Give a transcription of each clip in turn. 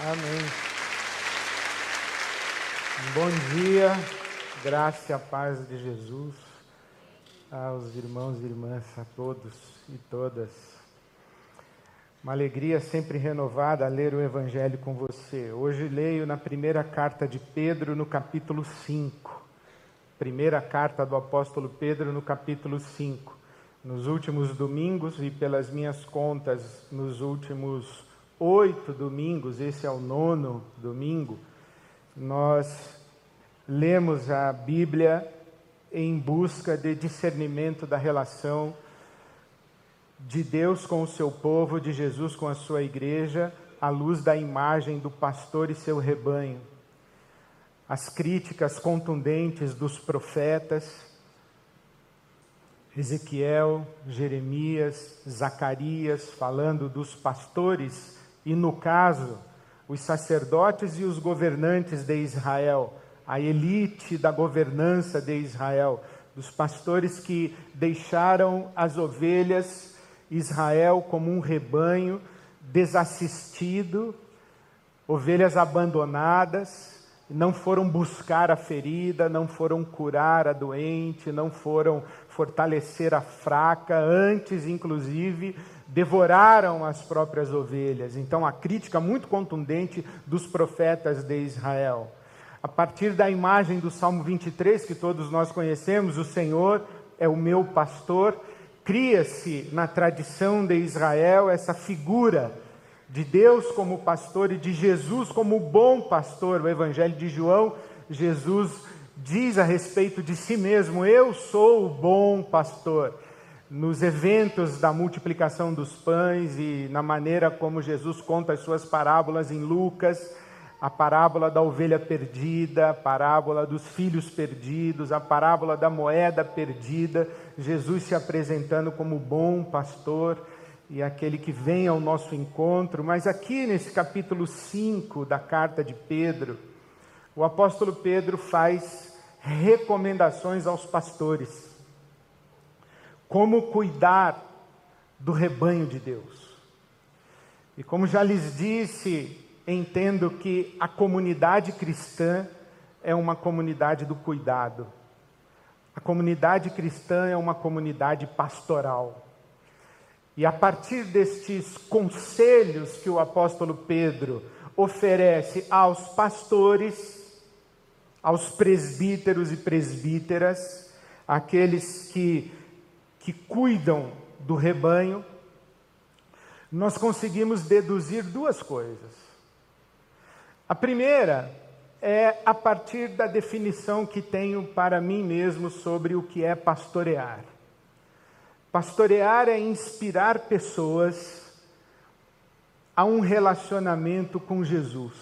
Amém. Bom dia, graça e a paz de Jesus aos irmãos e irmãs, a todos e todas. Uma alegria sempre renovada ler o Evangelho com você. Hoje leio na primeira carta de Pedro, no capítulo 5. Primeira carta do apóstolo Pedro, no capítulo 5. Nos últimos domingos, e pelas minhas contas, nos últimos 8 domingos, esse é o 9º domingo, nós lemos a Bíblia em busca de discernimento da relação de Deus com o seu povo, de Jesus com a sua igreja, à luz da imagem do pastor e seu rebanho. As críticas contundentes dos profetas, Ezequiel, Jeremias, Zacarias, falando dos pastores e, no caso, os sacerdotes e os governantes de Israel, a elite da governança de Israel, dos pastores que deixaram as ovelhas, Israel como um rebanho desassistido, ovelhas abandonadas, não foram buscar a ferida, não foram curar a doente, não foram fortalecer a fraca, antes, inclusive, devoraram as próprias ovelhas. Então, a crítica muito contundente dos profetas de Israel. A partir da imagem do Salmo 23, que todos nós conhecemos, o Senhor é o meu pastor, cria-se na tradição de Israel essa figura de Deus como pastor e de Jesus como bom pastor. O Evangelho de João, Jesus diz a respeito de si mesmo: eu sou o bom pastor. Nos eventos da multiplicação dos pães e na maneira como Jesus conta as suas parábolas em Lucas, a parábola da ovelha perdida, a parábola dos filhos perdidos, a parábola da moeda perdida, Jesus se apresentando como bom pastor e aquele que vem ao nosso encontro. Mas aqui nesse capítulo 5 da carta de Pedro, o apóstolo Pedro faz recomendações aos pastores. Como cuidar do rebanho de Deus. E como já lhes disse, entendo que a comunidade cristã é uma comunidade do cuidado. A comunidade cristã é uma comunidade pastoral. E a partir destes conselhos que o apóstolo Pedro oferece aos pastores, aos presbíteros e presbíteras, aqueles que cuidam do rebanho, nós conseguimos deduzir duas coisas. A primeira é a partir da definição que tenho para mim mesmo sobre o que é pastorear. Pastorear é inspirar pessoas a um relacionamento com Jesus.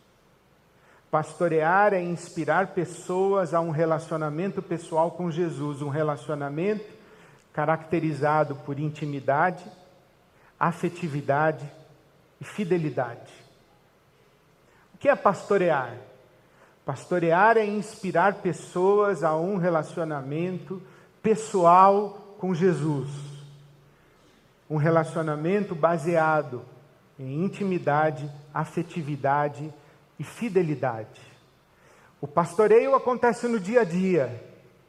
Pastorear é inspirar pessoas a um relacionamento pessoal com Jesus, um relacionamento caracterizado por intimidade, afetividade e fidelidade. O que é pastorear? Pastorear é inspirar pessoas a um relacionamento pessoal com Jesus. Um relacionamento baseado em intimidade, afetividade e fidelidade. O pastoreio acontece no dia a dia,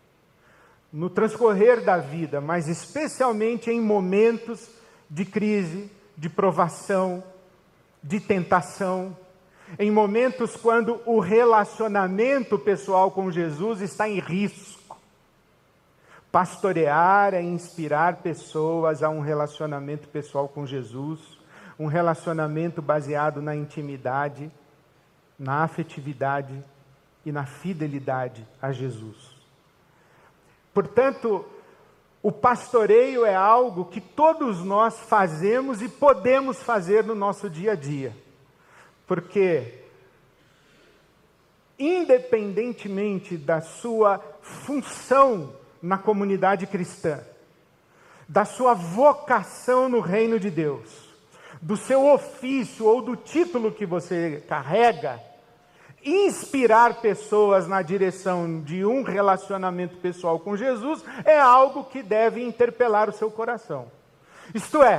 no transcorrer da vida, mas especialmente em momentos de crise, de provação, de tentação, em momentos quando o relacionamento pessoal com Jesus está em risco. Pastorear é inspirar pessoas a um relacionamento pessoal com Jesus, um relacionamento baseado na intimidade, na afetividade e na fidelidade a Jesus. Portanto, o pastoreio é algo que todos nós fazemos e podemos fazer no nosso dia a dia. Porque, independentemente da sua função na comunidade cristã, da sua vocação no reino de Deus, do seu ofício ou do título que você carrega, inspirar pessoas na direção de um relacionamento pessoal com Jesus é algo que deve interpelar o seu coração. Isto é,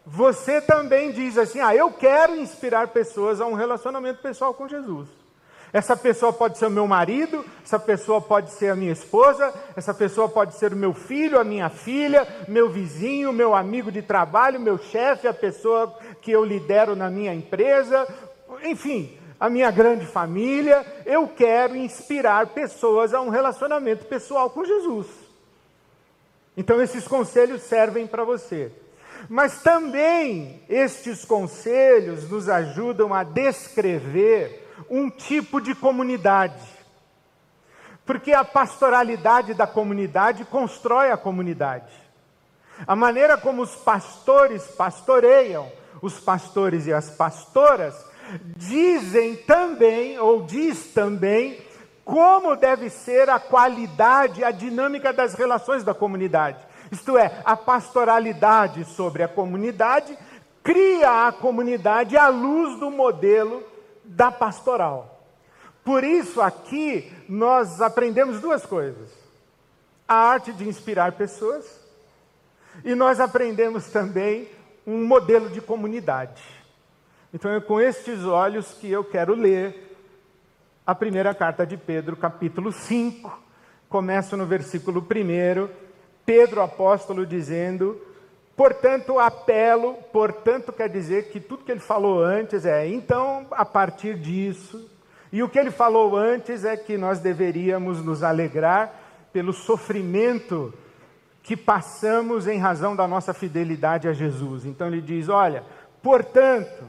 você também diz assim: eu quero inspirar pessoas a um relacionamento pessoal com Jesus. Essa pessoa pode ser o meu marido, essa pessoa pode ser a minha esposa, essa pessoa pode ser o meu filho, a minha filha, meu vizinho, meu amigo de trabalho, meu chefe, a pessoa que eu lidero na minha empresa, enfim, a minha grande família. Eu quero inspirar pessoas a um relacionamento pessoal com Jesus. Então esses conselhos servem para você. Mas também estes conselhos nos ajudam a descrever um tipo de comunidade. Porque a pastoralidade da comunidade constrói a comunidade. A maneira como os pastores pastoreiam, os pastores e as pastoras, dizem também, ou diz também, como deve ser a qualidade, a dinâmica das relações da comunidade. Isto é, a pastoralidade sobre a comunidade cria a comunidade à luz do modelo da pastoral. Por isso aqui nós aprendemos duas coisas: a arte de inspirar pessoas, e nós aprendemos também um modelo de comunidade. Então é com estes olhos que eu quero ler a primeira carta de Pedro, capítulo 5. Começo no versículo 1, Pedro apóstolo dizendo: portanto apelo, portanto quer dizer que tudo que ele falou antes então a partir disso, e o que ele falou antes é que nós deveríamos nos alegrar pelo sofrimento que passamos em razão da nossa fidelidade a Jesus. Então ele diz: olha, portanto,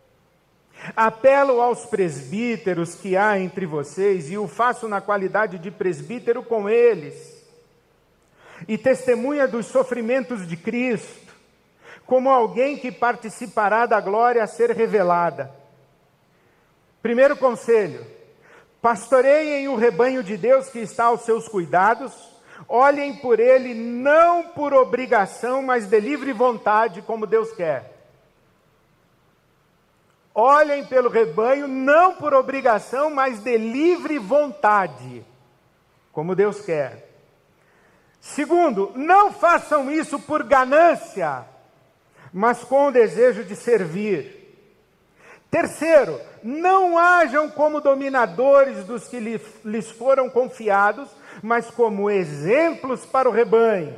apelo aos presbíteros que há entre vocês, e o faço na qualidade de presbítero com eles, e testemunha dos sofrimentos de Cristo, como alguém que participará da glória a ser revelada. Primeiro conselho: pastoreiem o rebanho de Deus que está aos seus cuidados, olhem por ele não por obrigação, mas de livre vontade, como Deus quer. Olhem pelo rebanho não por obrigação, mas de livre vontade, como Deus quer. Segundo, não façam isso por ganância, mas com o desejo de servir. Terceiro, não hajam como dominadores dos que lhes foram confiados, mas como exemplos para o rebanho.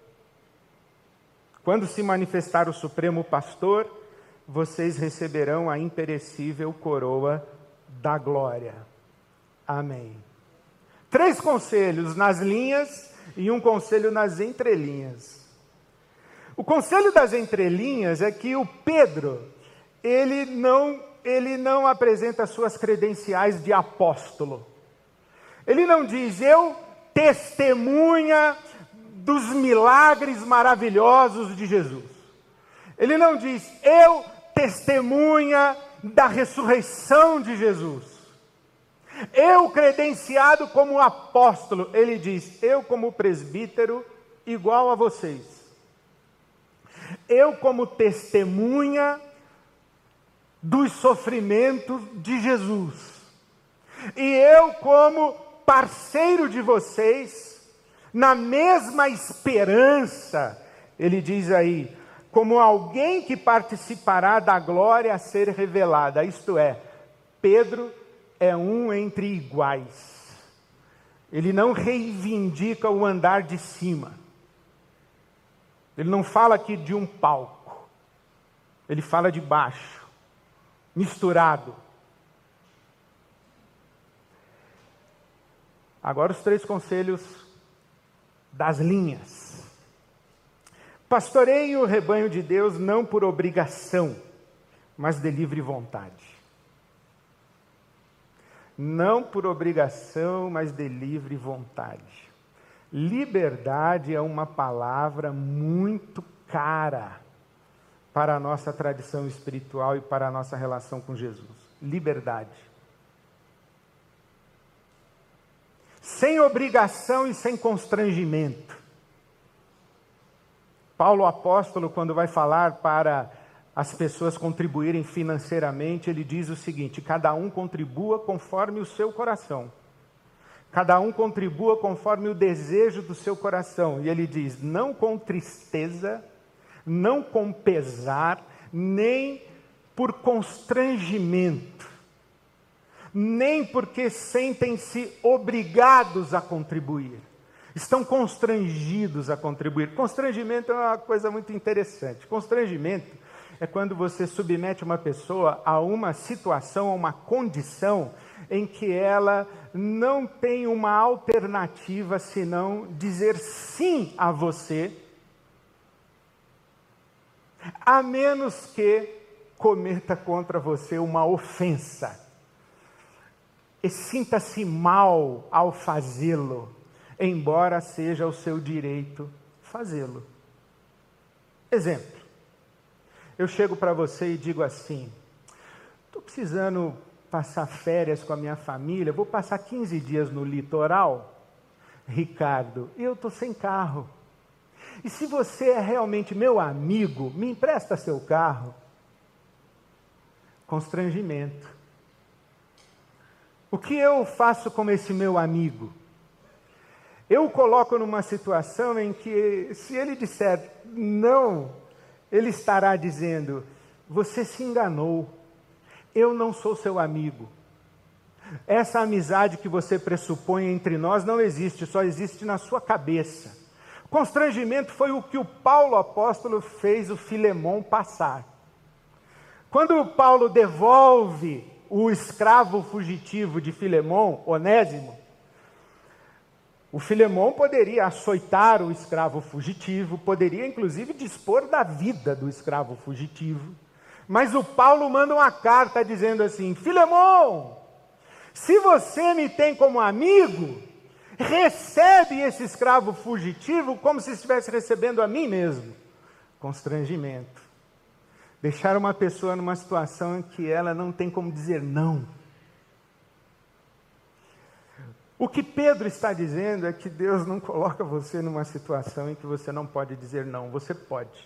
Quando se manifestar o Supremo Pastor, vocês receberão a imperecível coroa da glória. Amém. 3 conselhos nas linhas e um conselho nas entrelinhas. O conselho das entrelinhas é que o Pedro, ele não apresenta suas credenciais de apóstolo. Ele não diz: eu testemunha dos milagres maravilhosos de Jesus. Ele não diz: eu testemunha da ressurreição de Jesus. Eu credenciado como apóstolo. Ele diz: eu como presbítero igual a vocês. Eu como testemunha dos sofrimentos de Jesus. E eu como parceiro de vocês, na mesma esperança, ele diz aí, como alguém que participará da glória a ser revelada. Isto é, Pedro é um entre iguais. Ele não reivindica o andar de cima. Ele não fala aqui de um palco. Ele fala de baixo, misturado. Agora os 3 conselhos das linhas. Pastoreie o rebanho de Deus não por obrigação, mas de livre vontade. Não por obrigação, mas de livre vontade. Liberdade é uma palavra muito cara para a nossa tradição espiritual e para a nossa relação com Jesus. Liberdade. Sem obrigação e sem constrangimento. Paulo apóstolo, quando vai falar para as pessoas contribuírem financeiramente, ele diz o seguinte: cada um contribua conforme o seu coração. Cada um contribua conforme o desejo do seu coração. E ele diz: não com tristeza, não com pesar, nem por constrangimento, nem porque sentem-se obrigados a contribuir. Estão constrangidos a contribuir. Constrangimento é uma coisa muito interessante. Constrangimento é quando você submete uma pessoa a uma situação, a uma condição em que ela não tem uma alternativa senão dizer sim a você, a menos que cometa contra você uma ofensa. E sinta-se mal ao fazê-lo, embora seja o seu direito fazê-lo. Exemplo. Eu chego para você e digo assim: estou precisando passar férias com a minha família, vou passar 15 dias no litoral, Ricardo, e eu estou sem carro. E se você é realmente meu amigo, me empresta seu carro? Constrangimento. O que eu faço com esse meu amigo? Eu o coloco numa situação em que, se ele disser não, ele estará dizendo: você se enganou, eu não sou seu amigo. Essa amizade que você pressupõe entre nós não existe, só existe na sua cabeça. Constrangimento foi o que o Paulo apóstolo fez o Filemão passar. Quando o Paulo devolve o escravo fugitivo de Filemão, Onésimo, o Filemão poderia açoitar o escravo fugitivo, poderia inclusive dispor da vida do escravo fugitivo. Mas o Paulo manda uma carta dizendo assim: Filemão, se você me tem como amigo, recebe esse escravo fugitivo como se estivesse recebendo a mim mesmo. Constrangimento. Deixar uma pessoa numa situação em que ela não tem como dizer não. O que Pedro está dizendo é que Deus não coloca você numa situação em que você não pode dizer não, você pode.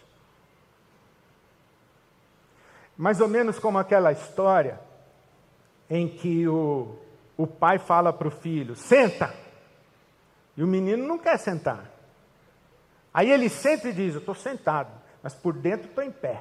Mais ou menos como aquela história em que o pai fala para o filho: senta! E o menino não quer sentar. Aí ele senta e diz: eu estou sentado, mas por dentro estou em pé.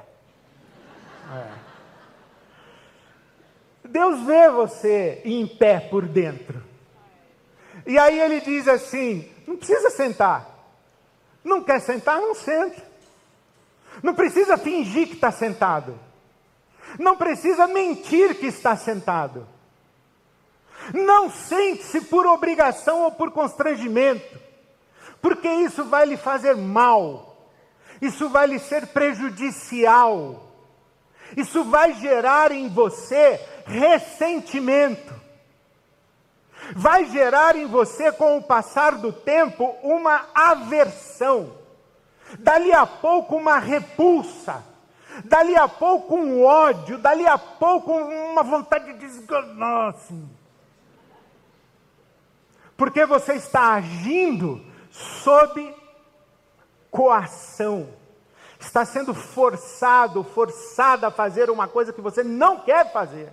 Deus vê você em pé por dentro. E aí ele diz assim: não precisa sentar. Não quer sentar, não senta. Não precisa fingir que está sentado. Não precisa mentir que está sentado. Não sente-se por obrigação ou por constrangimento, porque isso vai lhe fazer mal. Isso vai lhe ser prejudicial. Isso vai gerar em você ressentimento. Vai gerar em você, com o passar do tempo, uma aversão. Dali a pouco, uma repulsa. Dali a pouco, um ódio. Dali a pouco, uma vontade de desganar. Assim. Porque você está agindo sob coação. Está sendo forçada a fazer uma coisa que você não quer fazer.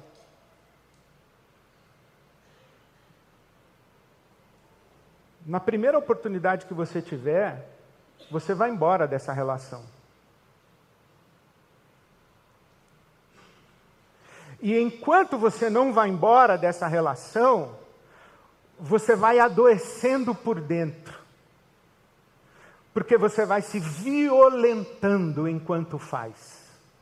Na primeira oportunidade que você tiver, você vai embora dessa relação. E enquanto você não vai embora dessa relação, você vai adoecendo por dentro. Porque você vai se violentando enquanto faz.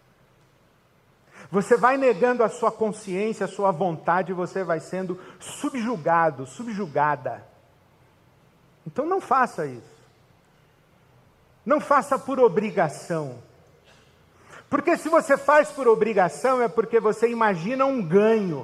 Você vai negando a sua consciência, a sua vontade, e você vai sendo subjugado, subjugada. Então não faça isso. Não faça por obrigação. Porque se você faz por obrigação, é porque você imagina um ganho.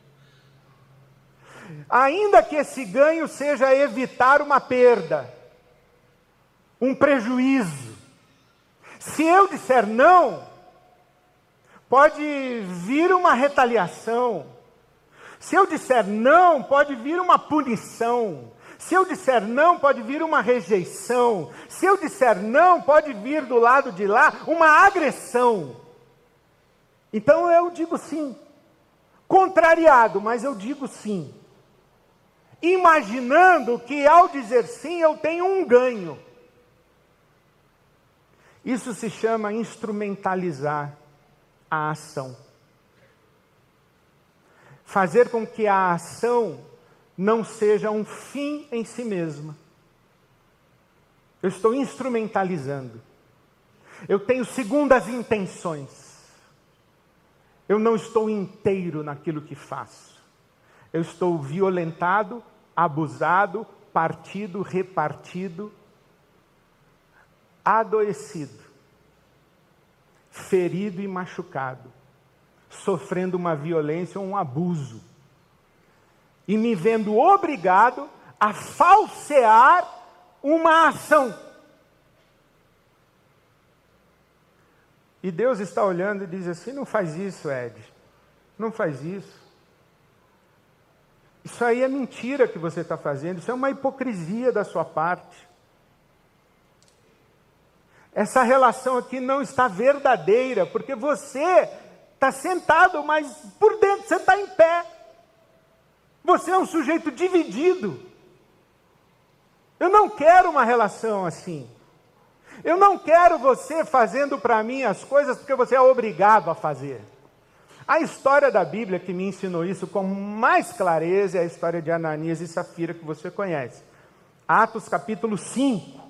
Ainda que esse ganho seja evitar uma perda, um prejuízo. Se eu disser não, pode vir uma retaliação. Se eu disser não, pode vir uma punição. Se eu disser não, pode vir uma rejeição. Se eu disser não, pode vir do lado de lá uma agressão. Então eu digo sim. Contrariado, mas eu digo sim. Imaginando que ao dizer sim eu tenho um ganho. Isso se chama instrumentalizar a ação. Fazer com que a ação não seja um fim em si mesma. Eu estou instrumentalizando. Eu tenho segundas intenções. Eu não estou inteiro naquilo que faço. Eu estou violentado, abusado, partido, repartido, adoecido, ferido e machucado, sofrendo uma violência ou um abuso, e me vendo obrigado a falsear uma ação. E Deus está olhando e diz assim: não faz isso, Ed, não faz isso. Isso aí é mentira que você está fazendo, isso é uma hipocrisia da sua parte. Essa relação aqui não está verdadeira, porque você está sentado, mas por dentro você está em pé. Você é um sujeito dividido. Eu não quero uma relação assim. Eu não quero você fazendo para mim as coisas porque você é obrigado a fazer. A história da Bíblia que me ensinou isso com mais clareza é a história de Ananias e Safira, que você conhece. Atos capítulo 5.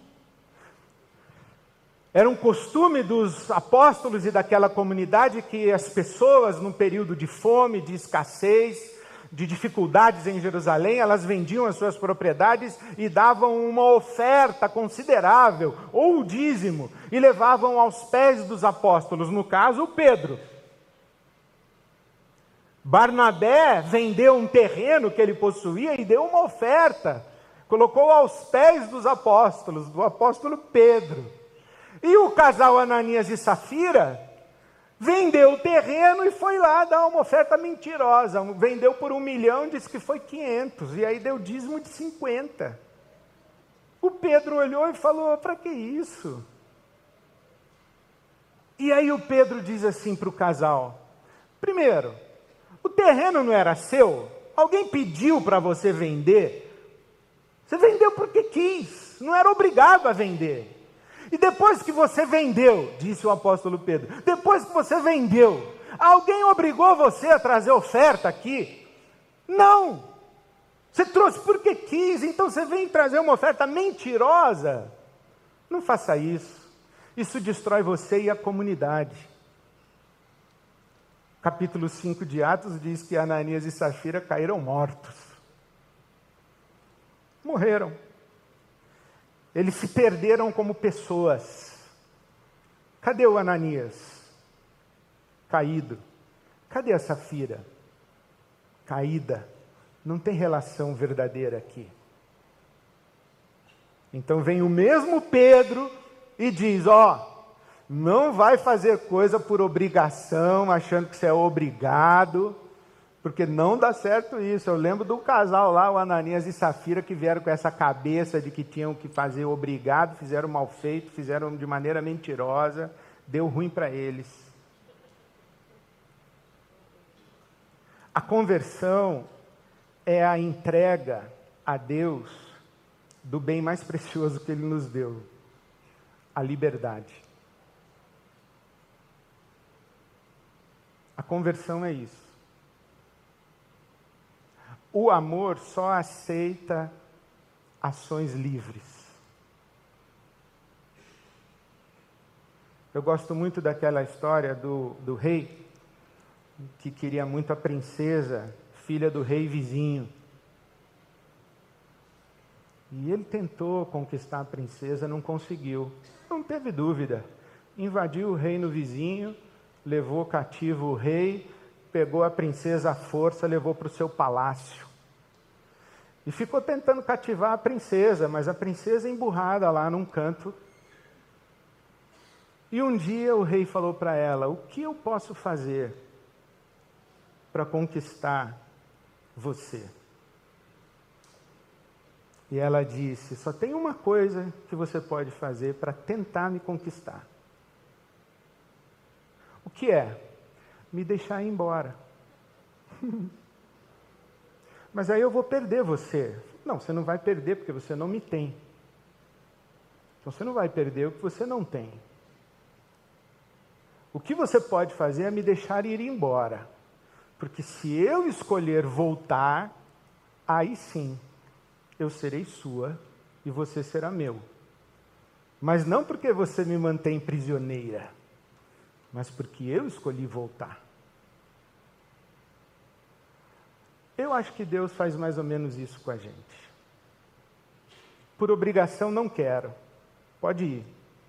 Era um costume dos apóstolos e daquela comunidade que as pessoas, num período de fome, de escassez, de dificuldades em Jerusalém, elas vendiam as suas propriedades e davam uma oferta considerável, ou o dízimo, e levavam aos pés dos apóstolos, no caso, o Pedro. Barnabé vendeu um terreno que ele possuía e deu uma oferta, colocou aos pés dos apóstolos, do apóstolo Pedro. E o casal Ananias e Safira vendeu o terreno e foi lá dar uma oferta mentirosa. Vendeu por 1 milhão, disse que foi 500, e aí deu dízimo de 50. O Pedro olhou e falou: para que isso? E aí o Pedro diz assim para o casal: primeiro, o terreno não era seu? Alguém pediu para você vender? Você vendeu porque quis, não era obrigado a vender. E depois que você vendeu, disse o apóstolo Pedro, depois que você vendeu, alguém obrigou você a trazer oferta aqui? Não! Você trouxe porque quis, então você vem trazer uma oferta mentirosa? Não faça isso. Isso destrói você e a comunidade. Capítulo 5 de Atos diz que Ananias e Safira caíram mortos. Morreram. Eles se perderam como pessoas. Cadê o Ananias? Caído. Cadê a Safira? Caída. Não tem relação verdadeira aqui. Então vem o mesmo Pedro e diz: não vai fazer coisa por obrigação, achando que você é obrigado, porque não dá certo isso. Eu lembro do casal lá, o Ananias e Safira, que vieram com essa cabeça de que tinham que fazer obrigado, fizeram mal feito, fizeram de maneira mentirosa, deu ruim para eles. A conversão é a entrega a Deus do bem mais precioso que Ele nos deu, a liberdade. A conversão é isso. O amor só aceita ações livres. Eu gosto muito daquela história do rei, que queria muito a princesa, filha do rei vizinho. E ele tentou conquistar a princesa, não conseguiu. Não teve dúvida. Invadiu o reino vizinho, levou cativo o rei, pegou a princesa à força, levou para o seu palácio. E ficou tentando cativar a princesa, mas a princesa emburrada lá num canto. E um dia o rei falou para ela: o que eu posso fazer para conquistar você? E ela disse: só tem uma coisa que você pode fazer para tentar me conquistar. O que é? Me deixar ir embora. Mas aí eu vou perder você. Não, você não vai perder porque você não me tem. Então você não vai perder o que você não tem. O que você pode fazer é me deixar ir embora. Porque se eu escolher voltar, aí sim, eu serei sua e você será meu. Mas não porque você me mantém prisioneira, mas porque eu escolhi voltar. Eu acho que Deus faz mais ou menos isso com a gente. Por obrigação, não quero. Pode ir.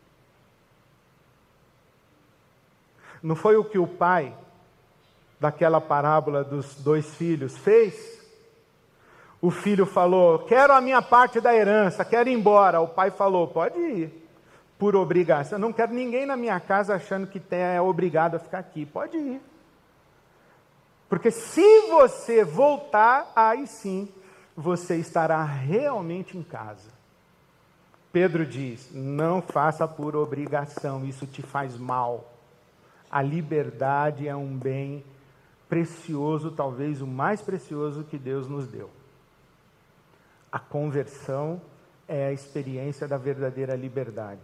Não foi o que o pai daquela parábola dos 2 filhos fez? O filho falou, quero a minha parte da herança, quero ir embora. O pai falou, pode ir. Por obrigação. Eu não quero ninguém na minha casa achando que é obrigado a ficar aqui. Pode ir. Porque se você voltar, aí sim, você estará realmente em casa. Pedro diz, não faça por obrigação, isso te faz mal. A liberdade é um bem precioso, talvez o mais precioso que Deus nos deu. A conversão é a experiência da verdadeira liberdade.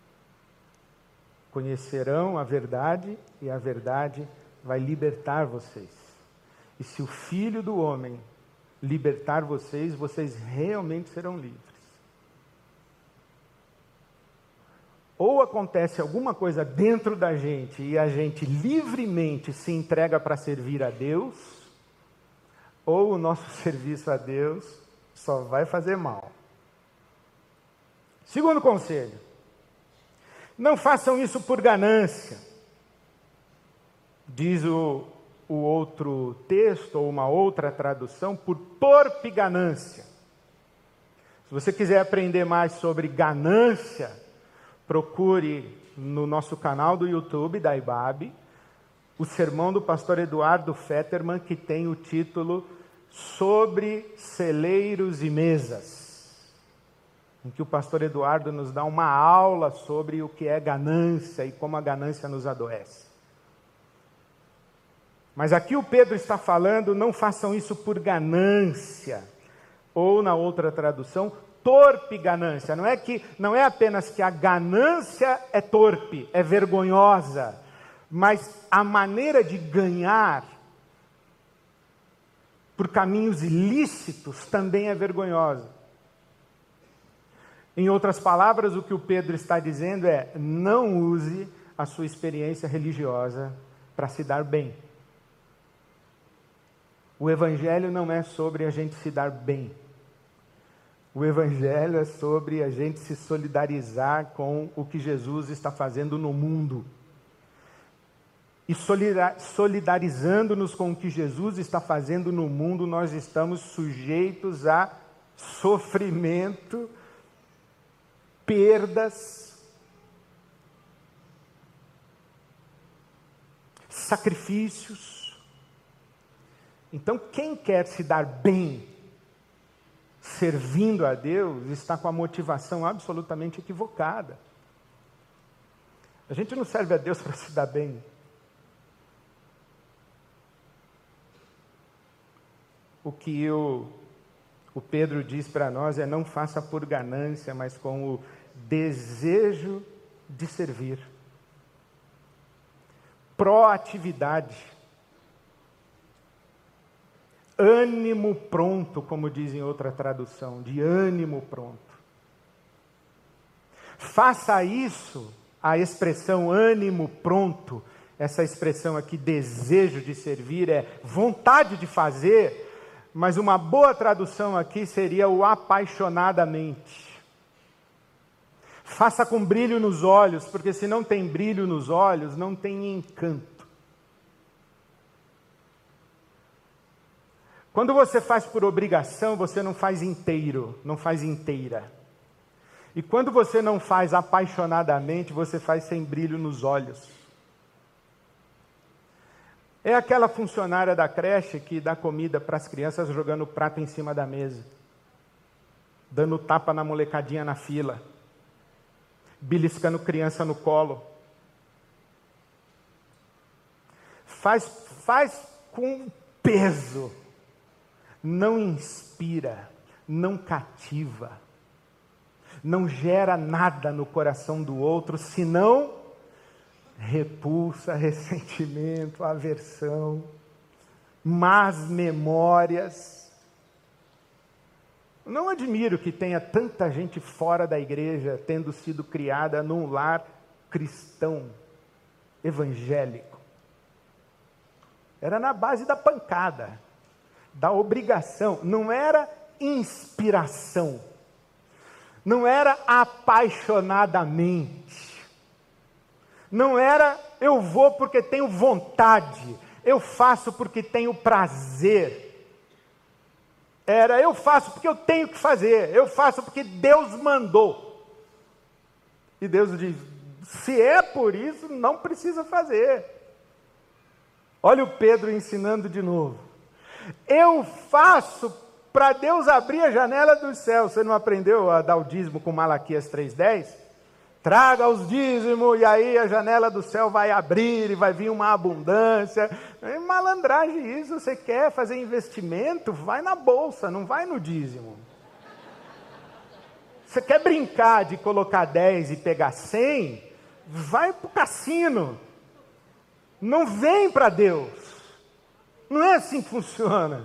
Conhecerão a verdade e a verdade vai libertar vocês. E se o Filho do Homem libertar vocês, vocês realmente serão livres. Ou acontece alguma coisa dentro da gente e a gente livremente se entrega para servir a Deus, ou o nosso serviço a Deus só vai fazer mal. Segundo conselho, não façam isso por ganância. Diz o outro texto, ou uma outra tradução, por ganância. Se você quiser aprender mais sobre ganância, procure no nosso canal do YouTube, da IBAB, o sermão do pastor Eduardo Fetterman, que tem o título Sobre Celeiros e Mesas, em que o pastor Eduardo nos dá uma aula sobre o que é ganância e como a ganância nos adoece. Mas aqui o Pedro está falando, não façam isso por ganância, ou na outra tradução, torpe ganância. Não é apenas que a ganância é torpe, é vergonhosa, mas a maneira de ganhar por caminhos ilícitos também é vergonhosa. Em outras palavras, o que o Pedro está dizendo é, não use a sua experiência religiosa para se dar bem. O Evangelho não é sobre a gente se dar bem. O Evangelho é sobre a gente se solidarizar com o que Jesus está fazendo no mundo. E solidarizando-nos com o que Jesus está fazendo no mundo, nós estamos sujeitos a sofrimento, perdas, sacrifícios. Então, quem quer se dar bem servindo a Deus está com a motivação absolutamente equivocada. A gente não serve a Deus para se dar bem. O que o Pedro diz para nós é não faça por ganância, mas com o desejo de servir. Proatividade. Ânimo pronto, como diz em outra tradução, de ânimo pronto. Faça isso, a expressão ânimo pronto, essa expressão aqui, desejo de servir, é vontade de fazer, mas uma boa tradução aqui seria o apaixonadamente. Faça com brilho nos olhos, porque se não tem brilho nos olhos, não tem encanto. Quando você faz por obrigação, você não faz inteiro, não faz inteira. E quando você não faz apaixonadamente, você faz sem brilho nos olhos. É aquela funcionária da creche que dá comida para as crianças jogando o prato em cima da mesa, dando tapa na molecadinha na fila, beliscando criança no colo. Faz com peso. Não inspira, não cativa, não gera nada no coração do outro, senão repulsa, ressentimento, aversão, más memórias. Não admiro que tenha tanta gente fora da igreja tendo sido criada num lar cristão, evangélico. Era na base da pancada, da obrigação, não era inspiração, não era apaixonadamente, não era eu vou porque tenho vontade, eu faço porque tenho prazer, era eu faço porque eu tenho que fazer, eu faço porque Deus mandou. E Deus diz, se é por isso, não precisa fazer. Olha o Pedro ensinando de novo. Eu faço para Deus abrir a janela dos céus. Você não aprendeu a dar o dízimo com Malaquias 3,10? Traga os dízimos e aí a janela do céu vai abrir e vai vir uma abundância. É malandragem isso. Você quer fazer investimento? Vai na bolsa, não vai no dízimo. Você quer brincar de colocar 10 e pegar 100? Vai para o cassino. Não vem para Deus. Não é assim que funciona.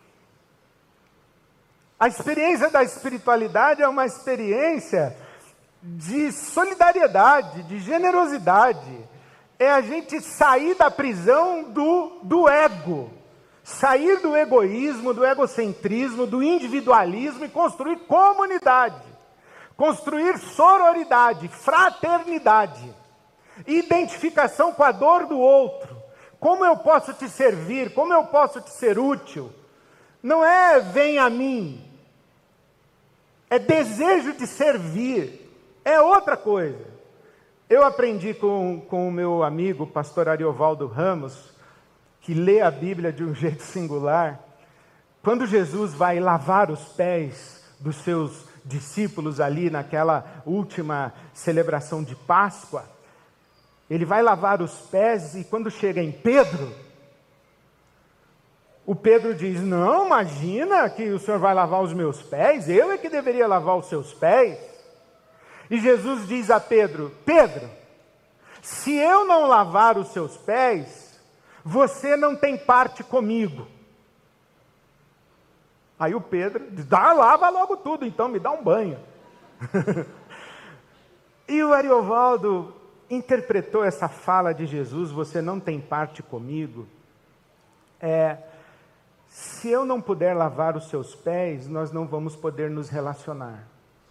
A experiência da espiritualidade é uma experiência de solidariedade, de generosidade. É a gente sair da prisão do ego. Sair do egoísmo, do egocentrismo, do individualismo e construir comunidade. Construir sororidade, fraternidade, identificação com a dor do outro. Como eu posso te servir? Como eu posso te ser útil? Não é vem a mim. É desejo de servir. É outra coisa. Eu aprendi com o meu amigo, pastor Ariovaldo Ramos, que lê a Bíblia de um jeito singular. Quando Jesus vai lavar os pés dos seus discípulos ali naquela última celebração de Páscoa, ele vai lavar os pés e quando chega em Pedro, o Pedro diz, não, imagina que o Senhor vai lavar os meus pés, eu é que deveria lavar os seus pés. E Jesus diz a Pedro, Pedro, se eu não lavar os seus pés, você não tem parte comigo. Aí o Pedro diz, lava logo tudo, então me dá um banho. E o Ariovaldo interpretou essa fala de Jesus, você não tem parte comigo, se eu não puder lavar os seus pés, nós não vamos poder nos relacionar.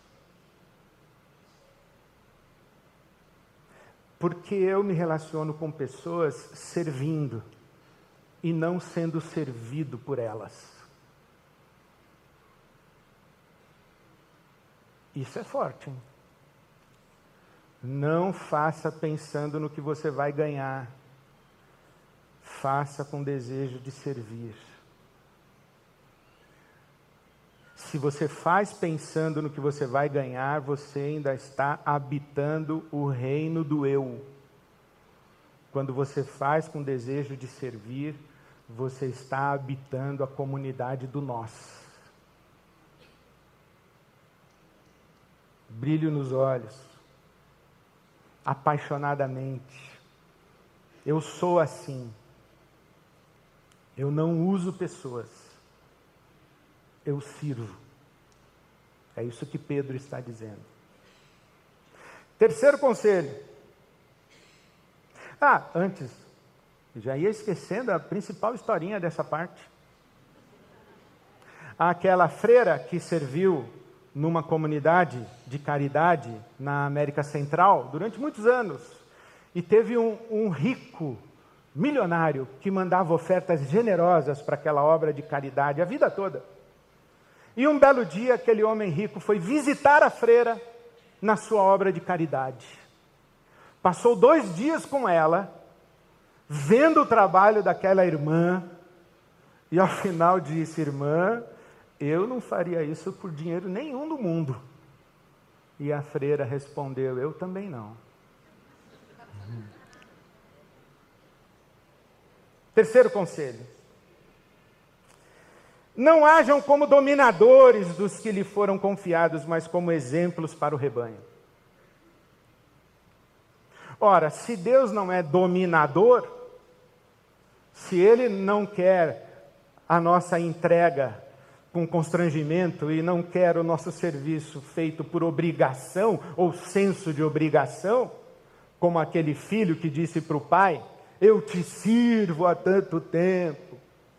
Porque eu me relaciono com pessoas servindo e não sendo servido por elas. Isso é forte, hein? Não faça pensando no que você vai ganhar. Faça com desejo de servir. Se você faz pensando no que você vai ganhar, você ainda está habitando o reino do eu. Quando você faz com desejo de servir, você está habitando a comunidade do nós. Brilho nos olhos, apaixonadamente. Eu sou assim. Eu não uso pessoas. Eu sirvo. É isso que Pedro está dizendo. Terceiro conselho. Antes, já ia esquecendo a principal historinha dessa parte. Aquela freira que serviu numa comunidade de caridade na América Central durante muitos anos. E teve um rico milionário que mandava ofertas generosas para aquela obra de caridade a vida toda. E um belo dia aquele homem rico foi visitar a freira na sua obra de caridade. Passou 2 dias com ela, vendo o trabalho daquela irmã, e ao final disse, irmã, eu não faria isso por dinheiro nenhum do mundo. E a freira respondeu, eu também não. Terceiro conselho. Não hajam como dominadores dos que lhe foram confiados, mas como exemplos para o rebanho. Ora, se Deus não é dominador, se Ele não quer a nossa entrega com constrangimento e não quer o nosso serviço feito por obrigação ou senso de obrigação, como aquele filho que disse para o pai: eu te sirvo há tanto tempo.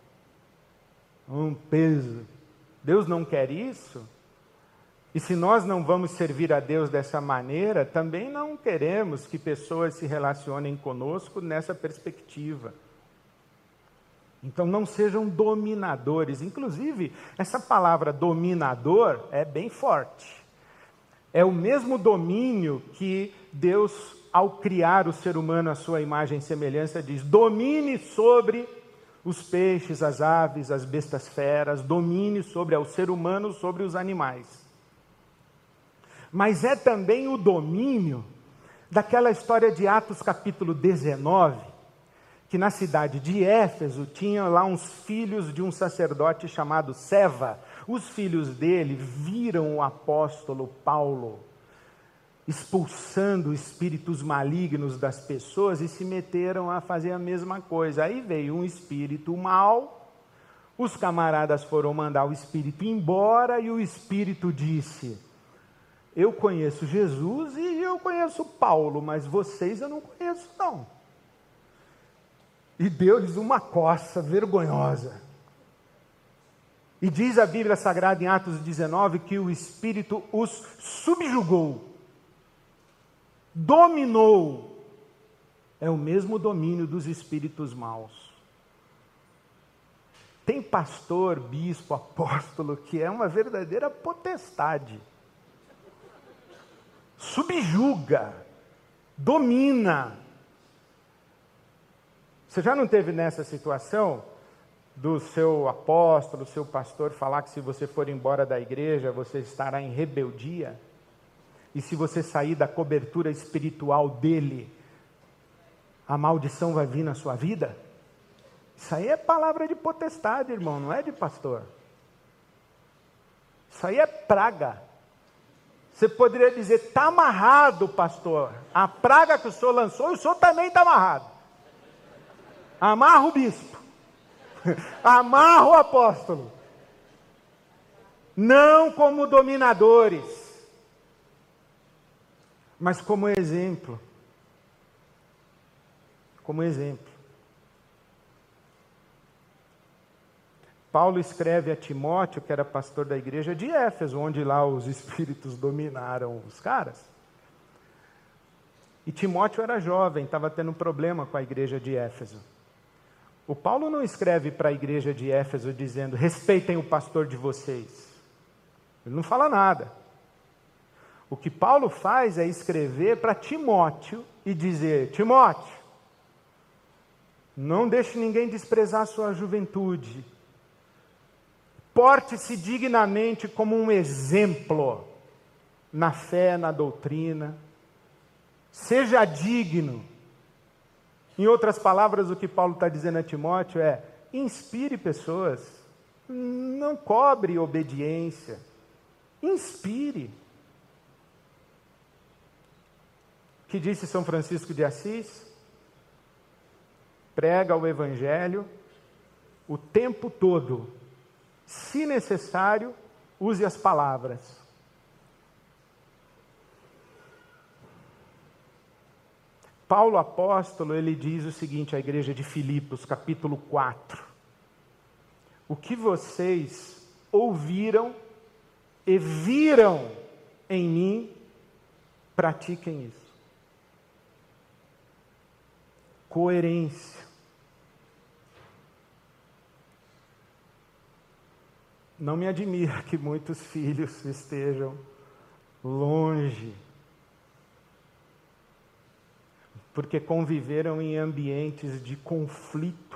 Um peso. Deus não quer isso. E se nós não vamos servir a Deus dessa maneira, também não queremos que pessoas se relacionem conosco nessa perspectiva. Então não sejam dominadores. Inclusive, essa palavra dominador é bem forte. É o mesmo domínio que Deus, ao criar o ser humano à sua imagem e semelhança, diz: domine sobre os peixes, as aves, as bestas feras, domine sobre o ser humano, sobre os animais. Mas é também o domínio daquela história de Atos capítulo 19, que na cidade de Éfeso tinha lá uns filhos de um sacerdote chamado Seva. Os filhos dele viram o apóstolo Paulo expulsando espíritos malignos das pessoas e se meteram a fazer a mesma coisa. Aí veio um espírito mau, os camaradas foram mandar o espírito embora e o espírito disse: eu conheço Jesus e eu conheço Paulo, mas vocês eu não conheço não. E deu-lhes uma coça vergonhosa. E diz a Bíblia Sagrada em Atos 19 que o Espírito os subjugou, dominou. É o mesmo domínio dos espíritos maus. Tem pastor, bispo, apóstolo que é uma verdadeira potestade. Subjuga, domina. Você já não teve nessa situação do seu apóstolo, seu pastor falar que se você for embora da igreja, você estará em rebeldia? E se você sair da cobertura espiritual dele, a maldição vai vir na sua vida? Isso aí é palavra de potestade, irmão, não é de pastor. Isso aí é praga. Você poderia dizer: está amarrado, pastor. A praga que o senhor lançou, o senhor também está amarrado. Amarra o bispo. Amarra o apóstolo. Não como dominadores, mas como exemplo. Como exemplo. Paulo escreve a Timóteo, que era pastor da igreja de Éfeso, onde lá os espíritos dominaram os caras. E Timóteo era jovem, estava tendo problema com a igreja de Éfeso. O Paulo não escreve para a igreja de Éfeso dizendo: respeitem o pastor de vocês. Ele não fala nada. O que Paulo faz é escrever para Timóteo e dizer: Timóteo, não deixe ninguém desprezar a sua juventude. Porte-se dignamente como um exemplo na fé, na doutrina. Seja digno. Em outras palavras, o que Paulo está dizendo a Timóteo é: inspire pessoas. Não cobre obediência. Inspire. O que disse São Francisco de Assis? Prega o evangelho o tempo todo. Se necessário, use as palavras. Paulo apóstolo, ele diz o seguinte à igreja de Filipos, capítulo 4. O que vocês ouviram e viram em mim, pratiquem isso. Coerência. Não me admira que muitos filhos estejam longe, porque conviveram em ambientes de conflito.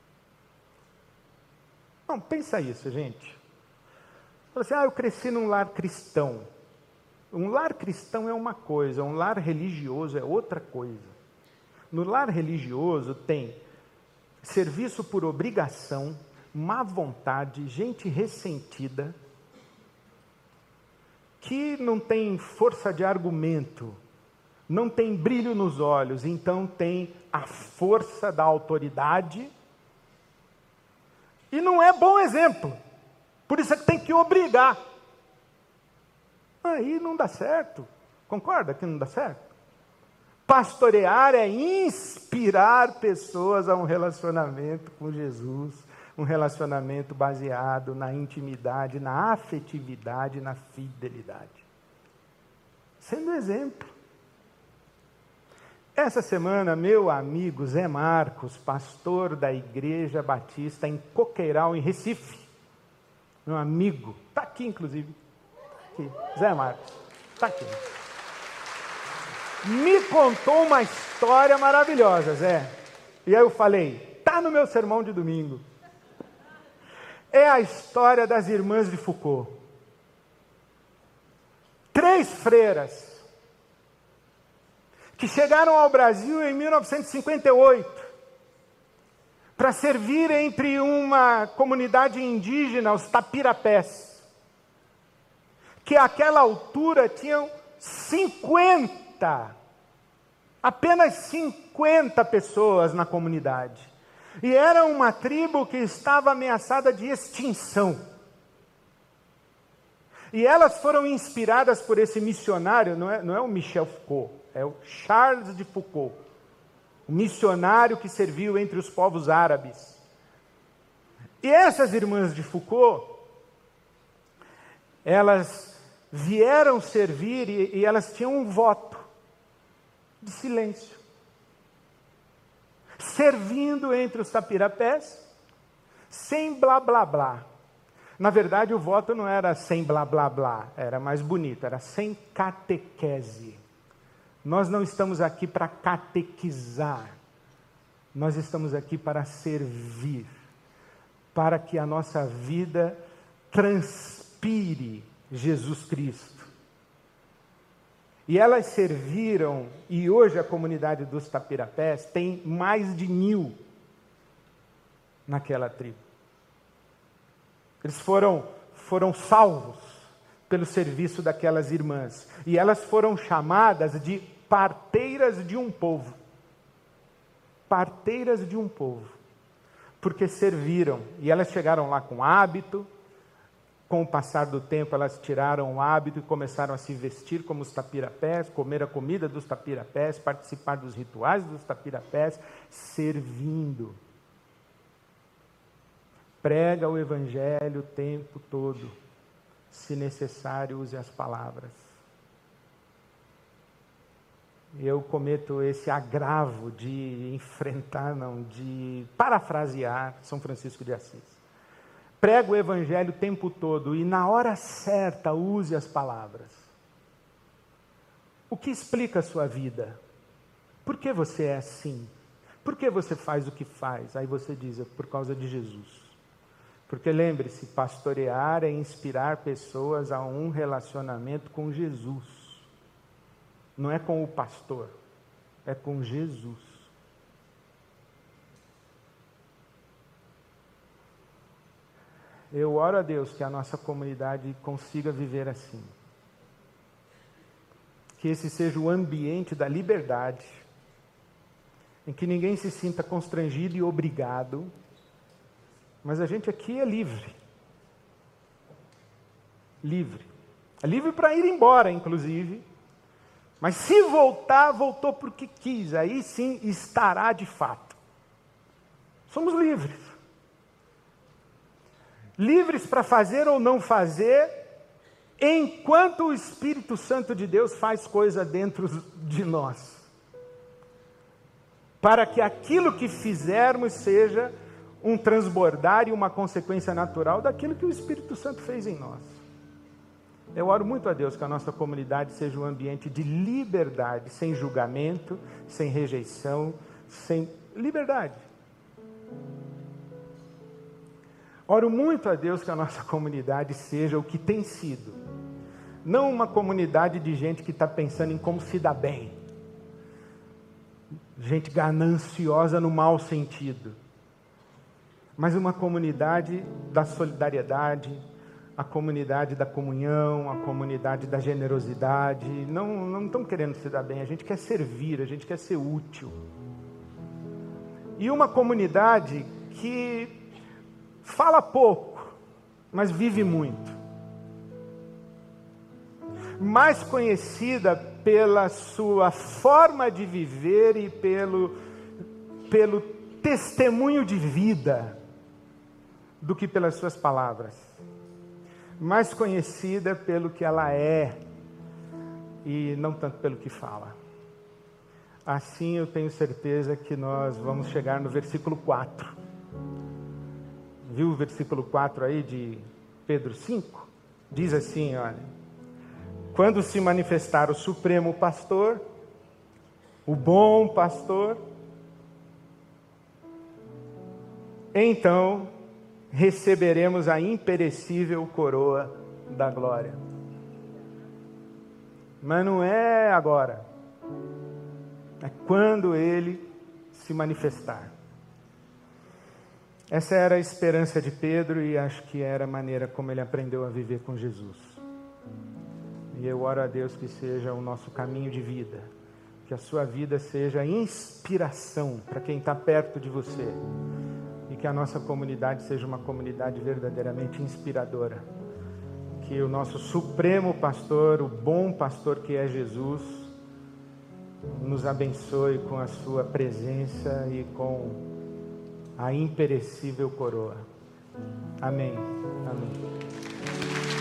Não, pensa isso, gente. Fala assim: eu cresci num lar cristão. Um lar cristão é uma coisa, um lar religioso é outra coisa. No lar religioso tem serviço por obrigação, má vontade, gente ressentida, que não tem força de argumento, não tem brilho nos olhos, então tem a força da autoridade, e não é bom exemplo, por isso é que tem que obrigar. Aí não dá certo, concorda que não dá certo? Pastorear é inspirar pessoas a um relacionamento com Jesus, um relacionamento baseado na intimidade, na afetividade, na fidelidade. Sendo exemplo. Essa semana, meu amigo Zé Marcos, pastor da Igreja Batista em Coqueiral, em Recife, meu amigo, está aqui inclusive, aqui, Zé Marcos, está aqui. Me contou uma história maravilhosa, Zé. E aí eu falei, está no meu sermão de domingo. É a história das irmãs de Foucault. 3 freiras que chegaram ao Brasil em 1958 para servir entre uma comunidade indígena, os Tapirapés, que àquela altura tinham 50, apenas 50 pessoas na comunidade. E era uma tribo que estava ameaçada de extinção. E elas foram inspiradas por esse missionário, não é o Michel Foucault, é o Charles de Foucault, o missionário que serviu entre os povos árabes. E essas irmãs de Foucault, elas vieram servir e elas tinham um voto de silêncio, servindo entre os Tapirapés, sem blá blá blá. Na verdade, o voto não era sem blá blá blá, era mais bonito, era sem catequese. Nós não estamos aqui para catequizar, nós estamos aqui para servir, para que a nossa vida transpire Jesus Cristo. E elas serviram, e hoje a comunidade dos Tapirapés tem mais de 1000 naquela tribo. Eles foram salvos pelo serviço daquelas irmãs. E elas foram chamadas de parteiras de um povo. Parteiras de um povo. Porque serviram. E elas chegaram lá com hábito. Com o passar do tempo, elas tiraram o hábito e começaram a se vestir como os Tapirapés, comer a comida dos Tapirapés, participar dos rituais dos Tapirapés, servindo. Prega o Evangelho o tempo todo. Se necessário, use as palavras. Eu cometo esse agravo de de parafrasear São Francisco de Assis. Prega o Evangelho o tempo todo e na hora certa use as palavras. O que explica a sua vida? Por que você é assim? Por que você faz o que faz? Aí você diz, é por causa de Jesus. Porque lembre-se, pastorear é inspirar pessoas a um relacionamento com Jesus. Não é com o pastor, é com Jesus. Eu oro a Deus que a nossa comunidade consiga viver assim. Que esse seja o ambiente da liberdade, em que ninguém se sinta constrangido e obrigado, mas a gente aqui é livre. Livre. É livre para ir embora, inclusive. Mas se voltar, voltou porque quis. Aí sim estará de fato. Somos livres. Livres para fazer ou não fazer, enquanto o Espírito Santo de Deus faz coisa dentro de nós. Para que aquilo que fizermos seja um transbordar e uma consequência natural daquilo que o Espírito Santo fez em nós. Eu oro muito a Deus que a nossa comunidade seja um ambiente de liberdade, sem julgamento, sem rejeição, sem liberdade. Oro muito a Deus que a nossa comunidade seja o que tem sido. Não uma comunidade de gente que está pensando em como se dar bem. Gente gananciosa no mau sentido. Mas uma comunidade da solidariedade, a comunidade da comunhão, a comunidade da generosidade. Não estamos querendo se dar bem, a gente quer servir, a gente quer ser útil. E uma comunidade que fala pouco, mas vive muito. Mais conhecida pela sua forma de viver e pelo testemunho de vida, do que pelas suas palavras. Mais conhecida pelo que ela é e não tanto pelo que fala. Assim eu tenho certeza que nós vamos chegar no versículo 4. Viu o versículo 4 aí de Pedro 5? Diz assim, olha: quando se manifestar o supremo pastor, o bom pastor, então receberemos a imperecível coroa da glória. Mas não é agora, é quando ele se manifestar. Essa era a esperança de Pedro e acho que era a maneira como ele aprendeu a viver com Jesus. E eu oro a Deus que seja o nosso caminho de vida, que a sua vida seja inspiração para quem está perto de você. E que a nossa comunidade seja uma comunidade verdadeiramente inspiradora. Que o nosso supremo pastor, o bom pastor que é Jesus, nos abençoe com a sua presença e com a imperecível coroa. Amém. Amém.